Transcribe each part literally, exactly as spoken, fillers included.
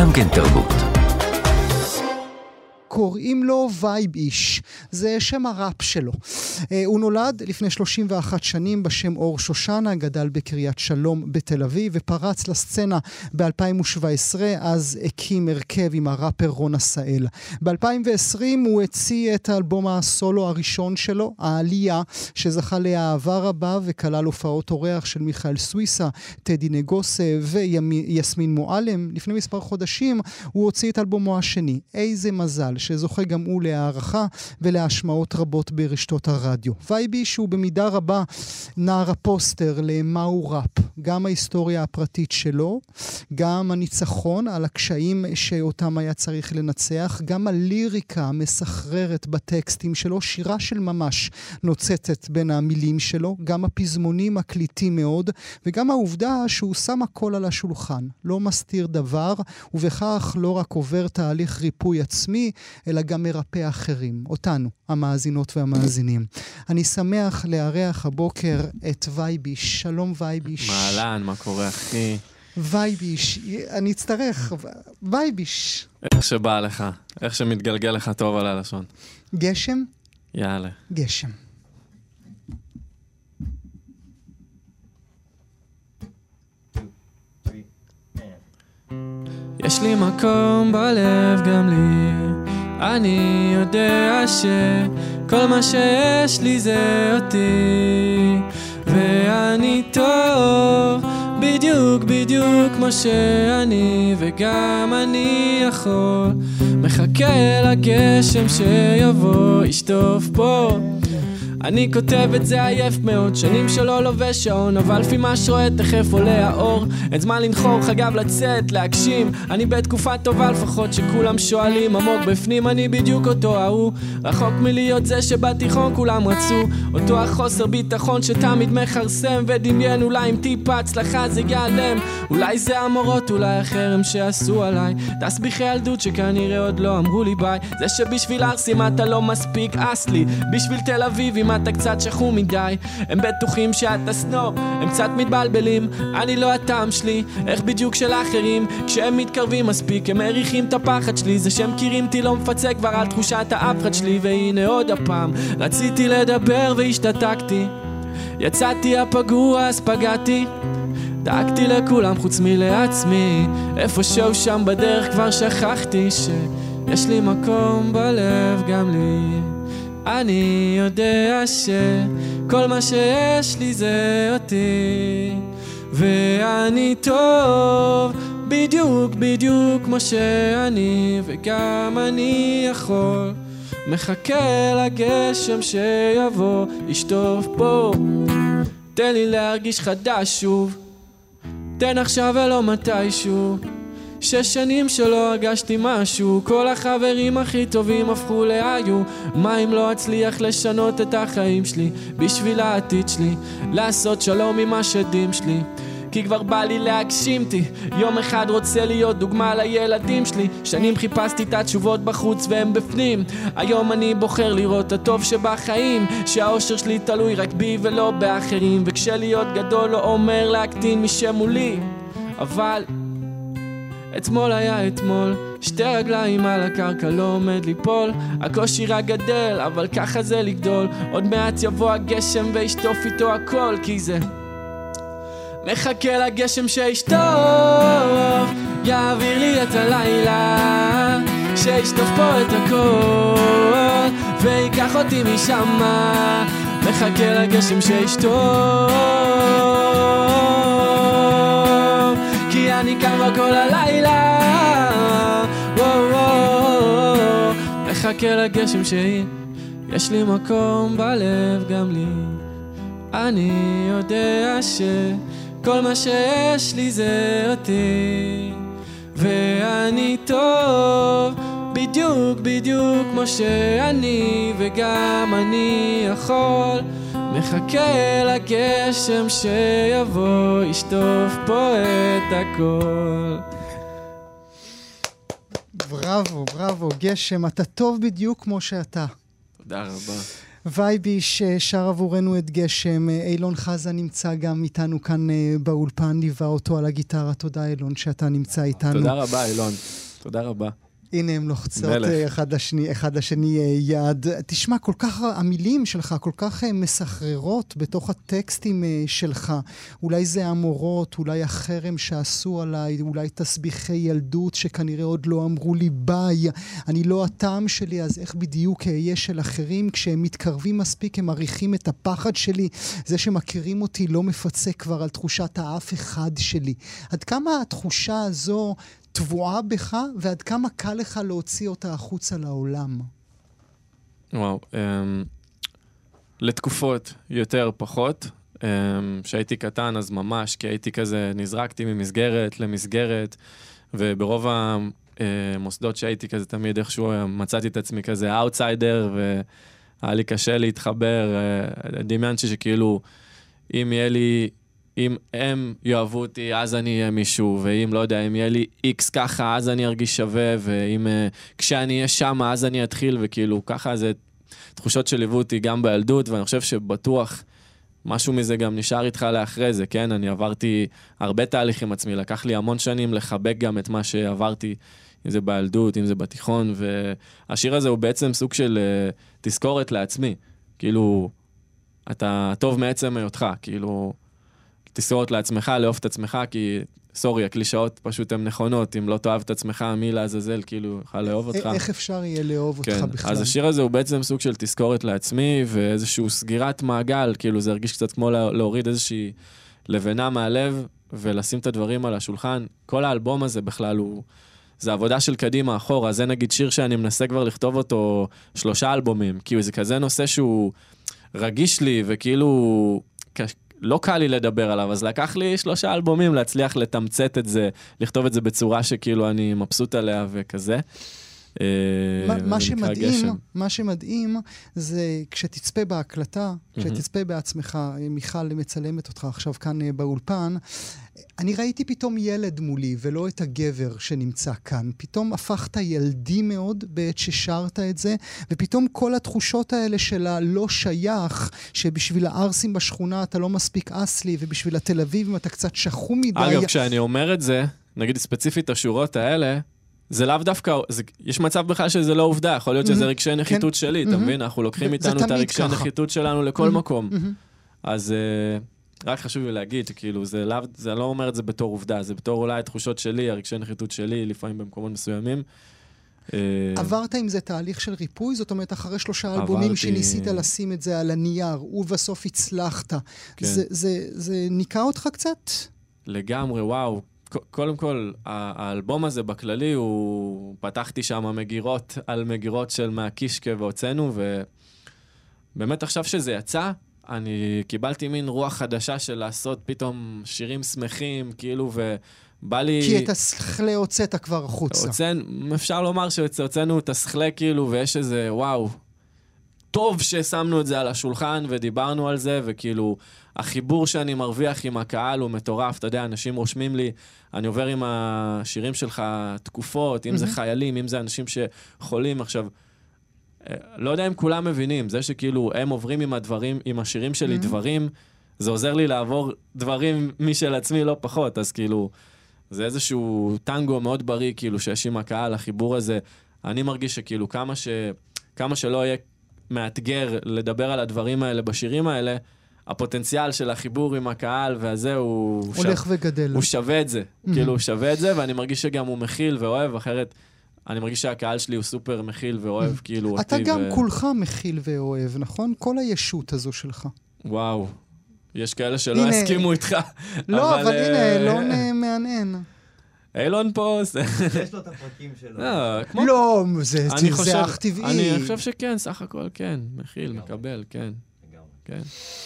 גם כן תרבות. קוראים לו וייב איש, זה שם הראפ שלו. הוא נולד לפני שלושים ואחת שנים בשם אור שושנה, גדל בקריית שלום בתל אביב, ופרץ לסצנה ב-אלפיים ושבע עשרה, אז הקים הרכב עם הראפר רון עשאל. ב-אלפיים ועשרים הוא הוציא את האלבום הסולו הראשון שלו, העלייה, שזכה לאהבה רבה וכלל הופעות אורח של מיכאל סוויסה, טדי נגוסה ויסמין מועלם. לפני מספר חודשים הוא הוציא את אלבומו השני, איזה מזל, שזוכה גם הוא להערכה ולהשמעות רבות ברשתות הרדיו. וייב איש הוא במידה רבה נער הפוסטר למהו ראפ. גם ההיסטוריה הפרטית שלו, גם הניצחון על הקשיים שאותם היה צריך לנצח, גם הליריקה המסחררת בטקסטים שלו, שירה של ממש נוצצת בין המילים שלו, גם הפזמונים הקליטים מאוד, וגם העובדה שהוא שם הכל על השולחן, לא מסתיר דבר, ובכך לא רק עובר תהליך ריפוי עצמי, אלא גם מרפא אחרים, אותנו, המאזינות והמאזינים. אני שמח לארח הבוקר את וייב איש. שלום וייב איש. מעלן, מה קורה אחי? וייב איש, אני אצטרך, וייב איש. איך שבא לך, איך שמתגלגל לך טוב על הלשון. גשם? יאללה. גשם. יש לי מקום בלב גם לי, אני יודע שכל מה שיש לי זה אותי, ואני טוב בדיוק בדיוק כמו שאני, וגם אני יכול מחכה לגשם שיבוא ישטוף פה. אני כותב את זה עייף מאוד, שנים שלא לובש שעון, אבל לפי מה שרואה תכף עולה האור. אין זמן לנחור, חגב לצאת, להגשים, אני בתקופה טובה לפחות שכולם שואלים, עמוק בפנים אני בדיוק אותו ההוא, רחוק מלהיות זה שבתיכון כולם רצו, אותו החוסר ביטחון שתמיד מחרסם, ודמיין אולי עם טיפה הצלחה זה ייעלם, אולי זה המורות, אולי החרם שעשו עליי, תסביכי ילדות שכנראה עוד לא אמרו לי ביי, זה שבשביל ארסים אתה לא מספיק אסלי, בשביל תל אביב אם אתה קצת שחום מדי, הם בטוחים שאתה סנוב, הם קצת מתבלבלים, אני לא הטעם שלי, איך בדיוק של אחרים, כשהם מתקרבים מספיק הם מריחים את הפחד שלי, זה שהם מכירים אותי לא מפצה כבר על תחושת האפחד שלי, והנה עוד הפעם, רציתי לדבר והשתתקתי, יצאתי הפגוע אז פגעתי, דאגתי לכולם חוץ מלעצמי, איפשהו שם בדרך כבר שכחתי שיש לי מקום בלב גם לי, אני יודע שכל מה שיש לי זה אותי, ואני טוב בדיוק בדיוק כמו שאני, וגם אני יכול מחכה לגשם שיבוא ישטוף פה. תן לי להרגיש חדש שוב, תן עכשיו ולא מתישהו, שש שנים שלא הרגשתי משהו, כל החברים הכי טובים הפכו להיו, מה אם לא אצליח לשנות את החיים שלי, בשביל העתיד שלי, לעשות שלום עם השדים שלי, כי כבר בא לי להגשימתי, יום אחד רוצה להיות דוגמה לילדים שלי, שנים חיפשתי את התשובות בחוץ והם בפנים, היום אני בוחר לראות הטוב שבחיים, שהאושר שלי תלוי רק בי ולא באחרים, וכשלהיות גדול לא אומר להקטין מי שמולי, אבל אתמול היה אתמול, שתי רגליים על הקרקע לא עומד ליפול, הקושי רק גדל, אבל ככה זה לגדול, עוד מעט יבוא הגשם וישטוף איתו הכל, כי זה מחכה לגשם שישטוף, יעביר לי את הלילה, שישטוף פה את הכל, ויקח אותי משם, מחכה לגשם שישטוף, כי אני כאן כבר כל הלילה, וואו וואו, מחכה לגשם שהיא, יש לי מקום בלב גם לי, אני יודע שכל מה שיש לי זה אותי, ואני טוב בדיוק בדיוק כמו שאני, וגם אני יכול מחכה לגשם שיבוא ישטוף פה את הכל. בראבו, בראבו, גשם, אתה טוב בדיוק כמו שאתה. תודה רבה. וייביש שר עבורנו את גשם. אילון חזן נמצא גם איתנו כאן באולפן, ליווה אותו על הגיטרה. תודה אילון שאתה נמצא איתנו. תודה רבה אילון, תודה רבה. הנה הם לוחצות אחד לשני, אחד לשני יד. תשמע, כל כך המילים שלך, כל כך מסחררות בתוך הטקסטים שלך. אולי זה המורות, אולי החרם שעשו עליי, אולי תסביכי ילדות שכנראה עוד לא אמרו לי ביי. אני לא הטעם שלי, אז איך בדיוק אהיה של אחרים? כשהם מתקרבים מספיק, הם מריחים את הפחד שלי. זה שמכירים אותי לא מפצה כבר על תחושת האף אחד שלי. עד כמה התחושה הזו תבועה בך, ועד כמה קל לך להוציא אותה החוצה לעולם? וואו, um, לתקופות יותר פחות. Um, שהייתי קטן אז ממש, כי הייתי כזה, נזרקתי ממסגרת למסגרת, וברוב המוסדות שהייתי כזה תמיד איכשהו מצאתי את עצמי כזה אאוטסיידר, והיה לי קשה להתחבר. דמיינתי שכאילו, אם יהיה לי... אם הם יאהבו אותי, אז אני אהיה מישהו, ואם לא יודע, אם יהיה לי איקס ככה, אז אני ארגיש שווה, ואם uh, כשאני אהיה שם, אז אני אתחיל, וכאילו, ככה זה תחושות שליוו אותי גם בילדות, ואני חושב שבטוח משהו מזה גם נשאר איתך לאחרי זה, כן? אני עברתי הרבה תהליכים עצמי, לקח לי המון שנים לחבק גם את מה שעברתי, אם זה בילדות, אם זה בתיכון, והשיר הזה הוא בעצם סוג של uh, תזכורת לעצמי, כאילו, אתה טוב מעצם היותך, כאילו, תזכורת לעצמך, לאהוב את עצמך, כי, סורי, הקלישאות פשוט הן נכונות, אם לא תאהב את עצמך, מי לעזאזל, כאילו, יוכל לאהוב אותך. איך אפשר יהיה לאהוב אותך כן, בכלל? אז השיר הזה הוא בעצם סוג של תזכורת לעצמי, ואיזשהו סגירת מעגל, כאילו זה הרגיש קצת כמו להוריד איזושהי לבנה מהלב, ולשים את הדברים על השולחן. כל האלבום הזה בכלל הוא, זה עבודה של קדימה אחורה, זה נגיד שיר שאני מנסה כבר לכתוב אותו שלושה אלבומים, כי זה כזה נושא שהוא רגיש לי, וכאילו לא קל לי לדבר עליו, אז לקח לי שלושה אלבומים להצליח לתמצת את זה, לכתוב את זה בצורה שכאילו אני מבסוט עליה וכזה. מה שמדהים, מה שמדהים זה כשתצפה בהקלטה, כשתצפה בעצמך, מיכל מצלמת אותך עכשיו כאן באולפן, אני ראיתי פתאום ילד מולי ולא את הגבר שנמצא כאן. פתאום הפכת ילדי מאוד בעת ששרת את זה, ופתאום כל התחושות האלה של הלא שייך, שבשביל הארסים בשכונה אתה לא מספיק אסלי, ובשביל התל אביב אתה קצת שחום מדי. אגב, כשאני אומר את זה, נגיד ספציפית השורות האלה, זה לאו דווקא, זה, יש מצב בכלל שזה לא עובדה, יכול להיות שזה רגשי נחיתות שלי, אתה מבין? אנחנו לוקחים איתנו את הרגשי נחיתות שלנו לכל מקום. אז רק חשוב לי להגיד שכאילו, זה לאו, זה לא אומר את זה בתור עובדה, זה בתור אולי התחושות שלי, הרגשי נחיתות שלי, לפעמים במקומות מסוימים. עברת עם זה תהליך של ריפוי? זאת אומרת, אחרי שלושה אלבומים שניסית לשים את זה על הנייר, ובסוף הצלחת. זה ניקה אותך קצת? לגמרי, וואו. קודם כל, האלבום הזה בכללי, הוא פתחתי שם מגירות על מגירות של מהקישקה והוצאנו, ובאמת עכשיו שזה יצא, אני קיבלתי מין רוח חדשה של לעשות פתאום שירים שמחים, כאילו, ובא לי... כי את השכלה הוצאת כבר החוצה. הוצאנו, אפשר לומר שהוצאנו את השכלה, כאילו, ויש איזה, וואו, טוב ששמנו את זה על השולחן ודיברנו על זה, וכאילו, החיבור שאני מרוויח עם הקהל הוא מטורף, אתה יודע, אנשים רושמים לי, אני עובר עם השירים שלך תקופות, אם זה חיילים, אם זה אנשים שחולים, עכשיו, לא יודע אם כולם מבינים, זה שכאילו הם עוברים עם הדברים, עם השירים שלי דברים, זה עוזר לי לעבור דברים משל עצמי לא פחות, אז כאילו, זה איזשהו טנגו מאוד בריא, כאילו, שיש עם הקהל, החיבור הזה, אני מרגיש שכאילו, כמה ש... כמה שלא יהיה מאתגר לדבר על הדברים האלה בשירים האלה, הפוטנציאל של החיבור עם הקהל והזה הוא... הולך וגדל. הוא שווה את זה. כאילו הוא שווה את זה, ואני מרגיש שגם הוא מכיל ואוהב, אחרת אני מרגיש שהקהל שלי הוא סופר מכיל ואוהב, כאילו אותי. אתה גם כולך מכיל ואוהב, נכון? כל הישות הזו שלך. וואו. יש כאלה שלא הסכימו איתך. לא, אבל הנה, אילון מענן. אילון פה... יש לו את הפרקים שלו. לא, זה אך טבעי. אני חושב שכן, סך הכל כן. מכיל, מקבל, כן. כן.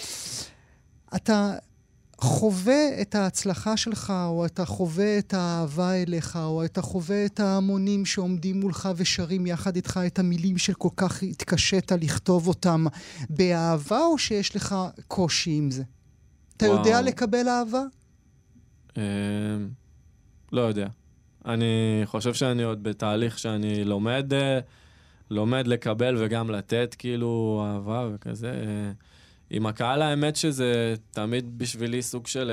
אתה חווה את ההצלחה שלך, או אתה חווה את האהבה אליך, או אתה חווה את ההמונים שעומדים מולך ושרים יחד איתך את המילים שכל כך התקשית לכתוב אותם באהבה, או שיש לך קושי עם זה? אתה יודע לקבל אהבה? לא יודע. אני חושב שאני עוד בתהליך שאני לומד לומד לקבל וגם לתת, כאילו, אהבה וכזה. עם הקהל, האמת שזה תמיד בשבילי סוג של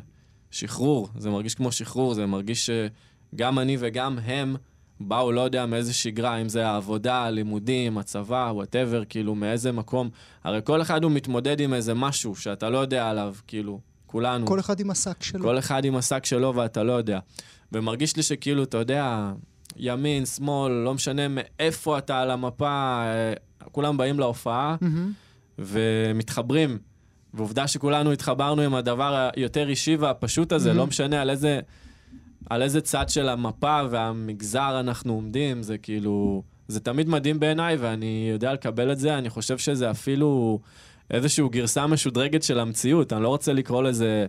שחרור. זה מרגיש כמו שחרור, זה מרגיש שגם אני וגם הם באו, לא יודע, מאיזה שגרה, אם זה העבודה, הלימודים, הצבא, whatever, כאילו, מאיזה מקום. הרי כל אחד הוא מתמודד עם איזה משהו שאתה לא יודע עליו, כאילו, כולנו. כל אחד עם השק שלו. כל אחד עם השק שלו ואתה לא יודע. ומרגיש לי שכאילו, אתה יודע, ימין, שמאל, לא משנה מאיפה אתה על המפה, כולם באים להופעה mm-hmm. ומתחברים. ועובדה שכולנו התחברנו עם הדבר היותר אישי והפשוט הזה, mm-hmm. לא משנה על איזה, על איזה צד של המפה והמגזר אנחנו עומדים, זה כאילו, זה תמיד מדהים בעיניי ואני יודע לקבל את זה, אני חושב שזה אפילו איזושהי גרסה משודרגת של המציאות, אני לא רוצה לקרוא לזה,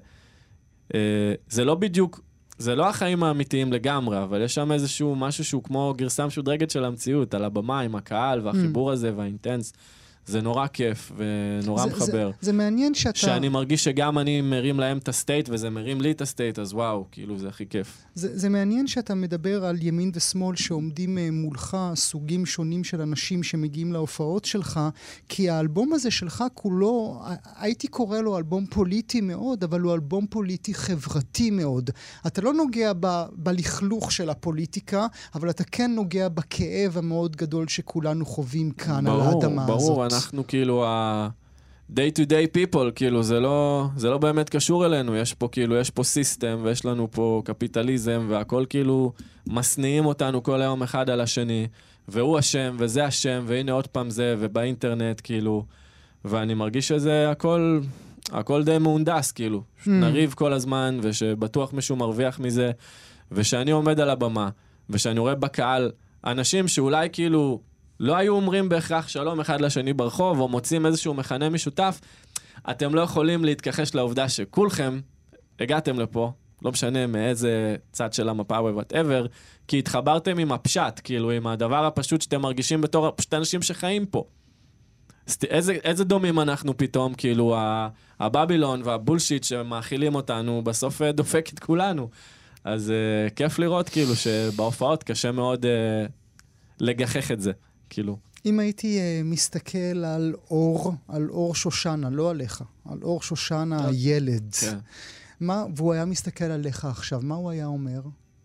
אה, זה לא בדיוק, זה לא החיים האמיתיים לגמרי, אבל יש שם איזשהו משהו שהוא כמו גרסה משודרגת של המציאות, על הבמה עם הקהל והחיבור mm. הזה והאינטנס. זה נורא כיף ונורא זה, מחבר. זה, זה מעניין שאתה... שאני מרגיש שגם אני מרים להם את הסטייט, וזה מרים לי את הסטייט, אז וואו, כאילו זה הכי כיף. זה, זה מעניין שאתה מדבר על ימין ושמאל שעומדים מולך, סוגים שונים של אנשים שמגיעים להופעות שלך, כי האלבום הזה שלך כולו, הייתי קורא לו אלבום פוליטי מאוד, אבל הוא אלבום פוליטי חברתי מאוד. אתה לא נוגע ב, בלכלוך של הפוליטיקה, אבל אתה כן נוגע בכאב המאוד גדול שכולנו חווים כאן ברור, על האדמה ברור, הזאת. ברור, אנחנו כאילו ה... day to day people, כאילו, זה לא, זה לא באמת קשור אלינו, יש פה כאילו, יש פה סיסטם, ויש לנו פה קפיטליזם, והכל כאילו, מסניעים אותנו כל היום אחד על השני, והוא השם, וזה השם, והנה עוד פעם זה, ובאינטרנט, כאילו, ואני מרגיש שזה הכל, הכל די מהונדס, כאילו, mm. נריב כל הזמן, ושבטוח מישהו מרוויח מזה, ושאני עומד על הבמה, ושאני רואה בקהל, אנשים שאולי כאילו, לא היו אומרים בהכרח שלום אחד לשני ברחוב, או מוצאים איזשהו מכנה משותף, אתם לא יכולים להתכחש לעובדה שכולכם הגעתם לפה, לא משנה מאיזה צד של המפה או whatever, כי התחברתם עם הפשט, כאילו עם הדבר הפשוט שאתם מרגישים בתור פשוט אנשים שחיים פה. איזה, איזה דומים אנחנו פתאום, כאילו הבבילון והבולשיט שמאכילים אותנו, בסוף דופק את כולנו. אז uh, כיף לראות כאילו שבהופעות קשה מאוד uh, לגחך את זה. כאילו. אם הייתי uh, מסתכל על אור, על אור שושנה, לא עליך, על אור שושנה הילד, כן. מה, והוא היה מסתכל עליך עכשיו, מה הוא היה אומר?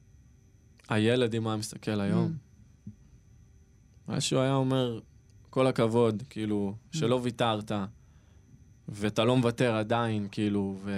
הילד, אם הוא היה מסתכל היום? Mm. מה שהוא היה אומר, כל הכבוד, כאילו, mm. שלא ויתרת, ואתה לא מוותר עדיין, כאילו, ו...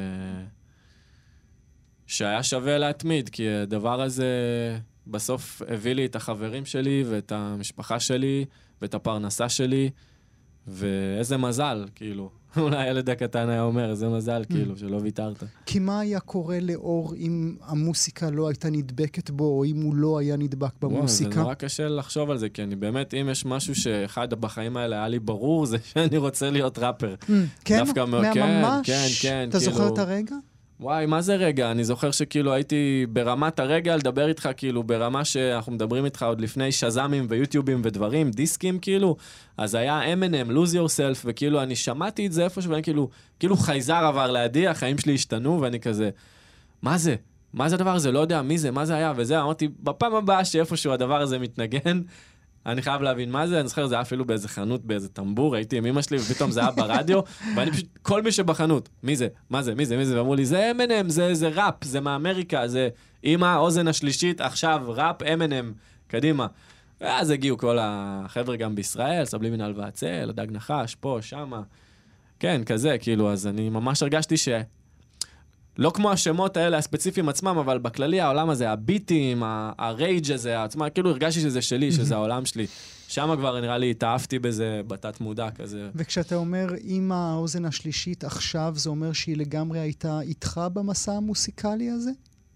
שהיה שווה להתמיד, כי הדבר הזה... בסוף הביא לי את החברים שלי ואת המשפחה שלי ואת הפרנסה שלי, ואיזה מזל, כאילו. אולי הילד הקטן היה אומר, איזה מזל, כאילו, שלא ויתרת. כי מה היה קורה לאור אם המוסיקה לא הייתה נדבקת בו, או אם הוא לא היה נדבק במוסיקה? זה נורא קשה לחשוב על זה, כי אני באמת, אם יש משהו שאחד בחיים האלה היה לי ברור, זה שאני רוצה להיות ראפר. כן? מהממש? כן, כן. אתה זוכר את הרגע? וואי, מה זה רגע? אני זוכר שכאילו הייתי ברמת הרגע לדבר איתך, כאילו ברמה שאנחנו מדברים איתך עוד לפני שזמים ויוטיובים ודברים, דיסקים כאילו, אז היה אם אנד אם, Lose Yourself, וכאילו אני שמעתי את זה איפשהו, ואני כאילו, כאילו חייזר עבר לידי, החיים שלי השתנו, ואני כזה, מה זה? מה זה הדבר הזה? לא יודע מי זה, מה זה היה? וזה, אמרתי, בפעם הבאה שאיפשהו הדבר הזה מתנגן, אני חייב להבין מה זה, אני זוכר, זה היה אפילו באיזה חנות, באיזה טמבור, הייתי עם אמא שלי, ופתאום זה היה ברדיו, ואני פשוט, כל מי שבחנות, מי זה? מה זה? מי זה? מי זה? ואמרו לי, זה אם אנד אם, זה, זה ראפ, זה מאמריקה, זה אמא, האוזן השלישית, עכשיו, ראפ, אם אנד אם, קדימה. ואז הגיעו כל החבר'ה גם בישראל, סבלימינל והצל, הדג נחש, פה, שמה. כן, כזה, כאילו, אז אני ממש הרגשתי ש... לא כמו השמות האלה הספציפיים עצמם, אבל בכללי העולם הזה, הביטים, הרייג' הזה, עצמה, כאילו הרגשתי שזה שלי, שזה העולם שלי. שם כבר נראה לי, התאהבתי בזה, בתת מודע כזה. וכשאתה אומר, אמא האוזן השלישית עכשיו, זה אומר שהיא לגמרי הייתה איתך במסע המוסיקלי הזה?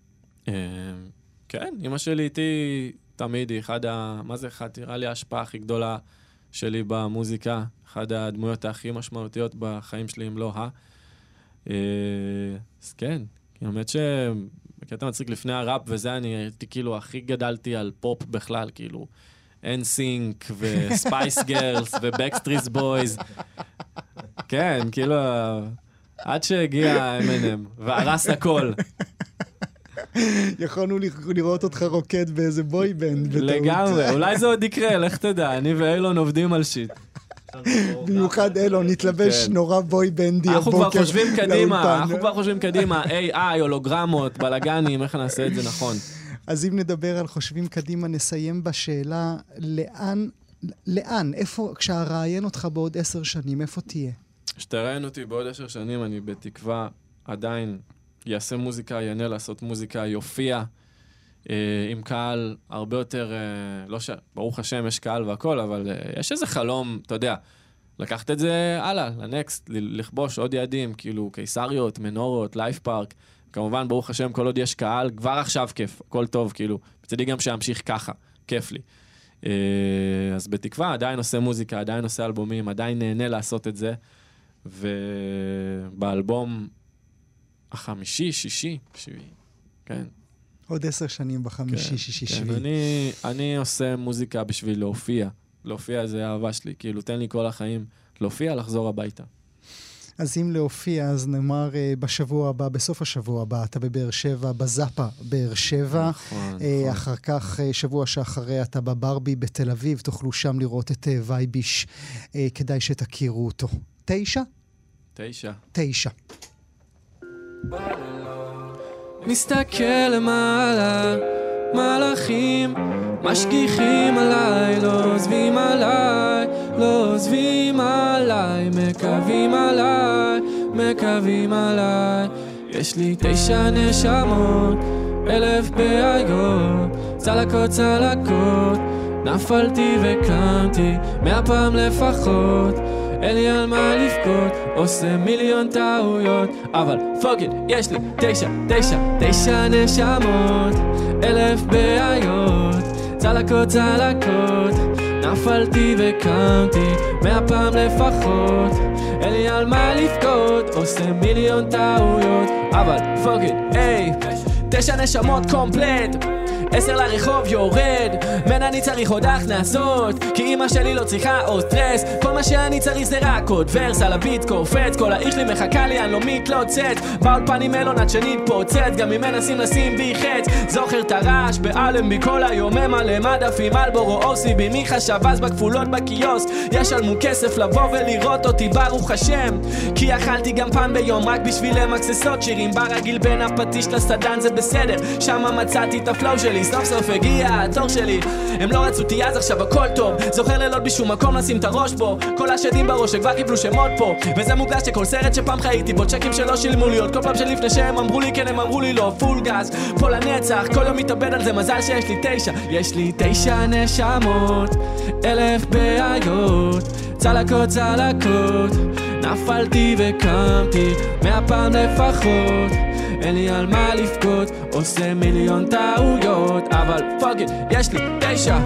כן, אמא שלי איתי תמיד, היא אחד ה... מה זה אחד? נראה לי ההשפעה הכי גדולה שלי במוזיקה, אחד הדמויות הכי משמעותיות בחיים שלי, אם לא ה... אז כן, כי האמת שבקטע מצחיק לפני הראפ וזה, אני הייתי כאילו הכי גדלתי על פופ בכלל, כאילו אן סינק וספייס גרלס ובקסטריט בויז. כן, כאילו עד שהגיע אם אנד אם והרס הכל. יכולנו לראות אותך רוקד באיזה בוי בנד. לגמרי, אולי זה עוד יקרה, לך תדע, אני ואילון עובדים על שיט. במיוחד אילון, נתלבש נורא בוי בנדי הבוקר. אנחנו כבר חושבים קדימה, אנחנו כבר חושבים קדימה, איי איי, הולוגרמות, בלגנים, איך נעשה את זה נכון. אז אם נדבר על חושבים קדימה, נסיים בשאלה, לאן, לאן, איפה, כשהראיין אותך בעוד עשר שנים, איפה תהיה? כשתראיין אותי בעוד עשר שנים, אני בתקווה עדיין יעשה מוזיקה, יענה לעשות מוזיקה, יופיע אה, עם קהל הרבה יותר, אה, לא ש... ברוך השם יש קהל והכל, אבל אה, יש איזה חלום, אתה יודע, לקחת את זה הלאה, לנקסט, לכבוש עוד יעדים, כאילו קיסריות, מנורות, לייף פארק, כמובן ברוך השם כל עוד יש קהל, כבר עכשיו כיף, הכל טוב, כאילו, בצדי גם שימשיך ככה, כיף לי. אה, אז בתקווה עדיין עושה מוזיקה, עדיין עושה אלבומים, עדיין נהנה לעשות את זה, ובאלבום החמישי, שישי, שביעי, כן. עוד עשר שנים בחמישי, כן, שישי, כן. שביעי. אני, אני עושה מוזיקה בשביל להופיע. להופיע זה האהבה שלי, כאילו תן לי כל החיים להופיע, לחזור הביתה. אז אם להופיע, אז נאמר uh, בשבוע הבא, בסוף השבוע הבא, אתה בבאר שבע, בזאפה באר שבע. נכון, uh, נכון. אחר כך, uh, שבוע שאחרי, אתה בברבי בתל אביב, תוכלו שם לראות את uh, וייביש, uh, כדאי שתכירו אותו. תשע? תשע. תשע. מסתכל למעלה, מלאכים משגיחים עליי, לא עוזבים עליי, לא עוזבים עליי, מקווים עליי, מקווים עליי. יש לי תשע נשמות, אלף בעיות, צלקות צלקות, נפלתי וקמתי, מהפעם לפחות, אין לי על מה לבכות, עושה מיליון טעויות, אבל פוקד, יש לי תשע, תשע, תשע נשמות, אלף בעיות, צלקות צלקות, נפלתי וקמתי, מהפעם לפחות, אין לי על מה לבכות, עושה מיליון טעויות, אבל פוקד, היי, תשע נשמות קומפלט, עשר לרחוב יורד, מן אני צריך עוד הכנסות, כי אמא שלי לא צריכה עוד סטרס, כל מה שאני צריך זה רק עוד ורס, על הביט קופץ, כל העיר שלי מחכה לי, אני לא מתלוצץ, באולפן עם אלון עד שנתפוצץ, גם אם מנסים לשים בי חץ, זוכר את הרעש באלנבי כל היום, ממלא מדפים אלבורו או סי בי, מי חשב אז בכפולות בקיוסק, ישלמו כסף לבוא ולראות אותי ברוך השם, כי אכלתי גם פעם ביום רק בשביל למקססות שירים ברגיל בין הפטיש לסדן זה בסדר, שמה מצאתי את הפלואו שלי, סוף סוף הגיע התור שלי, הם לא רצו אותי אז עכשיו הכל טוב, זוכר לילות בשום מקום לשים את הראש בו, כל השדים בראש שכבר קיבלו שמות פה, וזה מוגש שכל סרט שפעם חייתי בו צ'קים שלא שילמו לי עוד כל פעם שלפני שהם אמרו לי כן הם אמרו לי לא, פול גז, פה לנצח, כל יום מתאבד על זה, מזל שיש לי תשע, יש לי תשע נשמות, אלף בעיות, צלקות צלקות, נפלתי וקמתי, מהפעם לפחות, אין לי על מה לבכות, עושה מיליון טעויות, אבל פאק, יש לי תשע,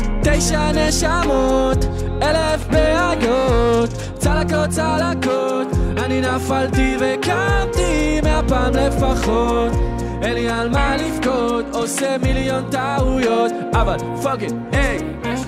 תשע נשמות, אלף בעיות, צלקות צלקות, אני נפלתי וקמתי, מהפעם לפחות, אין לי על מה לבכות, עושה מיליון טעויות, אבל פאק, היי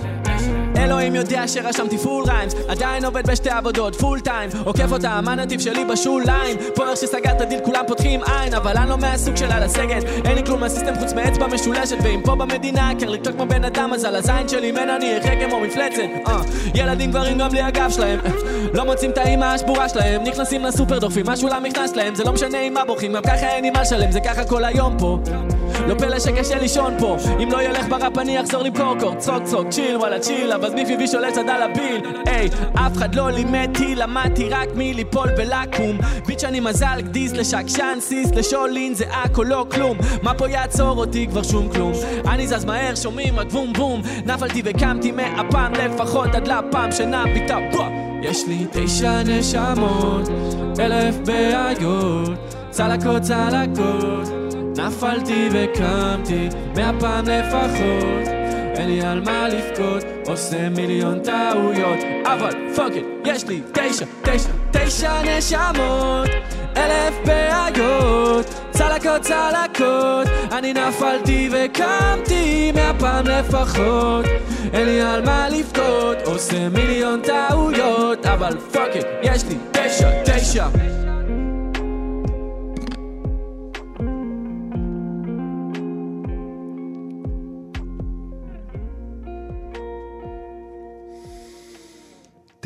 אלוהים יודע שרשמתי פול ריימס, עדיין עובד בשתי עבודות פול טיים, עוקף אותה מה נתיב שלי בשוליים, פה איך שסגרת דיל כולם פותחים עין, אבל אני לא מהסוג שלה לסגת, אין לי כלום מהסיסטם חוץ מאצבע משולשת, ואם פה במדינה קר לקטוק כמו בן אדם, אז על הזין שלי מן אני אחכה כמו מפלצת, uh, ילדים גברים גם בלי הגב שלהם, uh, לא מוצאים את האמא השבורה שלהם, נכנסים לסופר דוחפים משהו למכנס להם, זה לא משנה אם מה בוכים, גם ככה אין לי מה שלם, זה ככה כל היום פה, לא פלא שקשה לישון פה, אם לא ילך ברפ אני אחזור למכור קור, צוק צוק צ'יל וואלה צ'יל, אבל סניפי שולט צד על הביל, איי, אף אחד לא לימדתי, למדתי רק מליפול ולקום, ביץ' אני מזל גדיז לשקשן, סיס לשולין, זה הכל לא כלום, מה פה יעצור אותי כבר שום כלום, אני זז מהר, שומעים רק בום בום, נפלתי וקמתי מהפעם לפחות עד לפעם שנביטה, יש לי תשע נשמות, אלף בעיות, צלקות צלקות, נפלתי וקמתי, מהפעם לפחות, אין לי על מה לבכות, עושה מיליון טעויות, אבל פאק, יש לי תשע, תשע, תשע נשמות, אלף בעיות, צלקות צלקות, אני נפלתי וקמתי, מהפעם לפחות, אין לי על מה לבכות, עושה מיליון טעויות, אבל פאק, יש לי תשע, תשע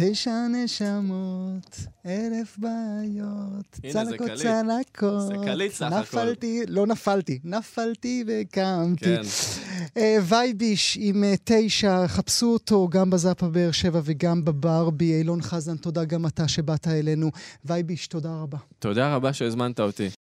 תשע נשמות, אלף בעיות. הנה, זה צלקות, קליט. צלקות. זה קליט סך הכל. נפלתי, לא נפלתי, נפלתי וקמתי. כן. אה, וייביש עם אה, תשע, חפשו אותו גם בזאפה באר שבע וגם בברבי. אילון חזן, תודה גם אתה שבאת אלינו. וייביש, תודה רבה. תודה רבה שהזמנת אותי.